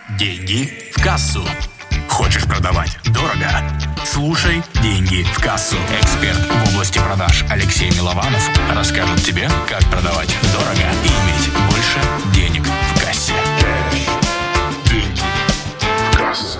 Деньги в кассу. Хочешь продавать дорого? Слушай «Деньги в кассу». Эксперт в области продаж Алексей Милованов расскажет тебе, как продавать дорого и иметь больше денег в кассе. Деньги в кассу.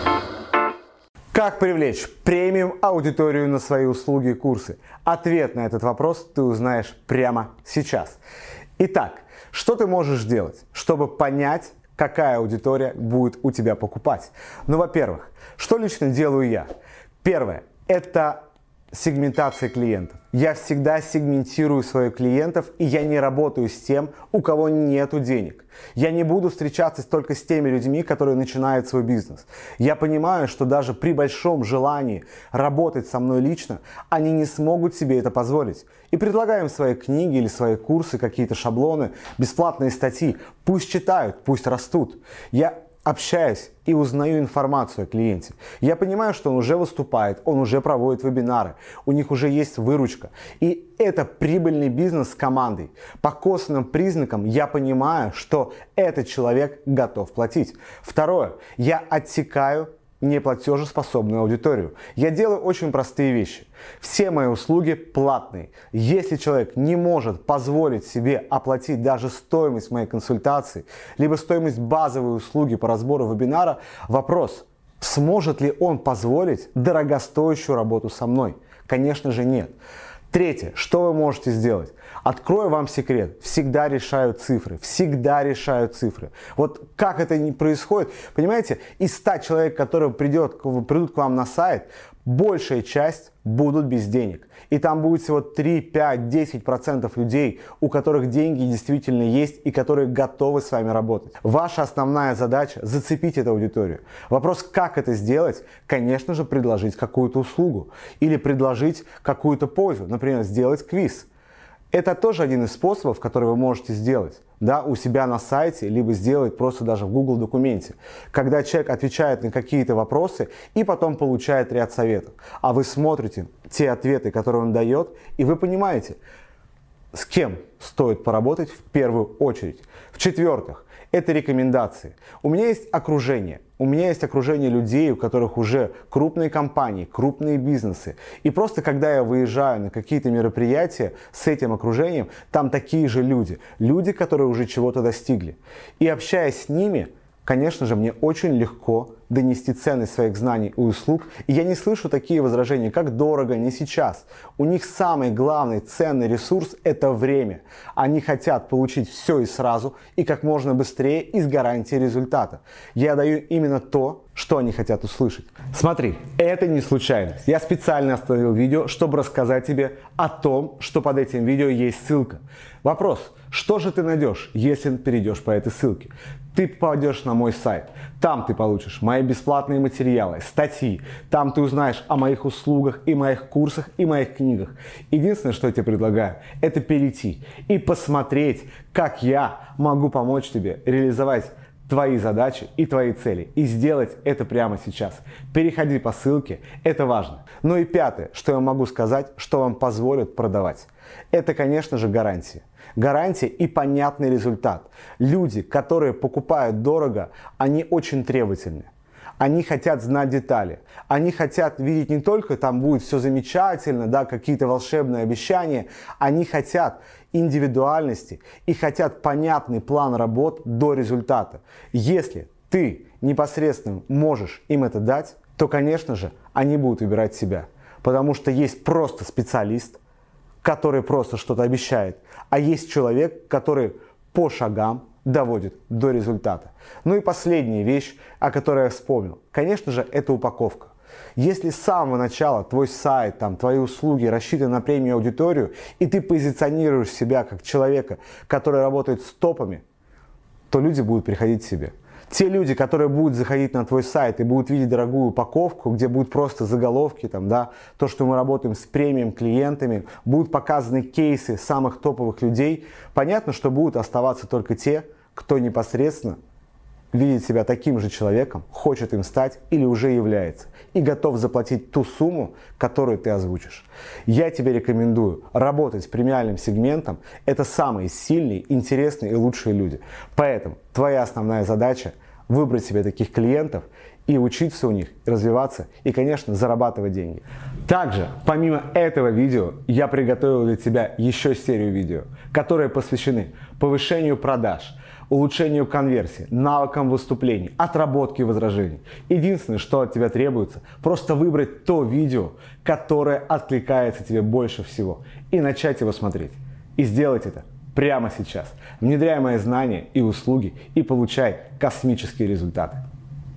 Как привлечь премиум аудиторию на свои услуги и курсы? Ответ на этот вопрос ты узнаешь прямо сейчас. Итак, что ты можешь сделать, чтобы понять, какая аудитория будет у тебя покупать? Ну, во-первых, что лично делаю я? Первое – это сегментация клиентов. Я всегда сегментирую своих клиентов, и я не работаю с тем, у кого нету денег. Я не буду встречаться только с теми людьми, которые начинают свой бизнес. Я понимаю, что даже при большом желании работать со мной лично, они не смогут себе это позволить. И предлагаем свои книги или свои курсы, какие-то шаблоны, бесплатные статьи. Пусть читают, пусть растут. Я общаюсь и узнаю информацию о клиенте. Я понимаю, что он уже выступает, он уже проводит вебинары, у них уже есть выручка. И это прибыльный бизнес с командой. По косвенным признакам я понимаю, что этот человек готов платить. Второе. Я отсекаю неплатежеспособную аудиторию. Я делаю очень простые вещи. Все мои услуги платные. Если человек не может позволить себе оплатить даже стоимость моей консультации, либо стоимость базовой услуги по разбору вебинара, вопрос, сможет ли он позволить дорогостоящую работу со мной? Конечно же нет. Третье, что вы можете сделать? Открою вам секрет. Всегда решаю цифры. Всегда решаю цифры. Вот как это не происходит, понимаете, из 100 человек, которые придут к вам на сайт, большая часть будут без денег. И там будет всего 3, 5, 10% людей, у которых деньги действительно есть и которые готовы с вами работать. Ваша основная задача – зацепить эту аудиторию. Вопрос, как это сделать? Конечно же, предложить какую-то услугу или предложить какую-то пользу. Например, сделать квиз. Это тоже один из способов, который вы можете сделать, да, у себя на сайте, либо сделать просто даже в Google документе, когда человек отвечает на какие-то вопросы и потом получает ряд советов. А вы смотрите те ответы, которые он дает, и вы понимаете, с кем стоит поработать в первую очередь. В-четвертых, это рекомендации. У меня есть окружение. У меня есть окружение людей, у которых уже крупные компании, крупные бизнесы. И просто когда я выезжаю на какие-то мероприятия с этим окружением, там такие же люди. Люди, которые уже чего-то достигли. И общаясь с ними, конечно же, мне очень легко донести ценность своих знаний и услуг. И я не слышу такие возражения, как дорого, не сейчас. У них самый главный ценный ресурс – это время. Они хотят получить все и сразу, и как можно быстрее, и с гарантией результата. Я даю именно то, что они хотят услышать. Смотри, это не случайность. Я специально остановил видео, чтобы рассказать тебе о том, что под этим видео есть ссылка. Вопрос, что же ты найдешь, если перейдешь по этой ссылке? Ты попадешь на мой сайт. Там ты получишь мои бесплатные материалы, статьи. Там ты узнаешь о моих услугах и моих курсах и моих книгах. Единственное, что я тебе предлагаю, это перейти и посмотреть, как я могу помочь тебе реализовать твои задачи и твои цели. И сделать это прямо сейчас. Переходи по ссылке, это важно. Ну и пятое, что я могу сказать, что вам позволит продавать. Это, конечно же, гарантия. Гарантия и понятный результат. Люди, которые покупают дорого, они очень требовательны. Они хотят знать детали. Они хотят видеть не только там будет все замечательно, да, какие-то волшебные обещания. Они хотят индивидуальности и хотят понятный план работ до результата. Если ты непосредственно можешь им это дать, то, конечно же, они будут выбирать себя. Потому что есть просто специалист, который просто что-то обещает, а есть человек, который по шагам доводит до результата. Ну и последняя вещь, о которой я вспомнил, конечно же, это упаковка. Если с самого начала твой сайт, там, твои услуги рассчитаны на премиум аудиторию, и ты позиционируешь себя как человека, который работает с топами, то люди будут приходить к тебе. Те люди, которые будут заходить на твой сайт и будут видеть дорогую упаковку, где будут просто заголовки, там, да, то, что мы работаем с премиум клиентами, будут показаны кейсы самых топовых людей, понятно, что будут оставаться только те, кто непосредственно видит себя таким же человеком, хочет им стать или уже является, и готов заплатить ту сумму, которую ты озвучишь. Я тебе рекомендую работать с премиальным сегментом. Это самые сильные, интересные и лучшие люди. Поэтому твоя основная задача выбрать себе таких клиентов и учиться у них, развиваться и, конечно, зарабатывать деньги. Также, помимо этого видео, я приготовил для тебя еще серию видео, которые посвящены повышению продаж, улучшению конверсии, навыкам выступлений, отработке возражений. Единственное, что от тебя требуется, просто выбрать то видео, которое откликается тебе больше всего, и начать его смотреть. И сделать это прямо сейчас. Внедряй мои знания и услуги и получай космические результаты.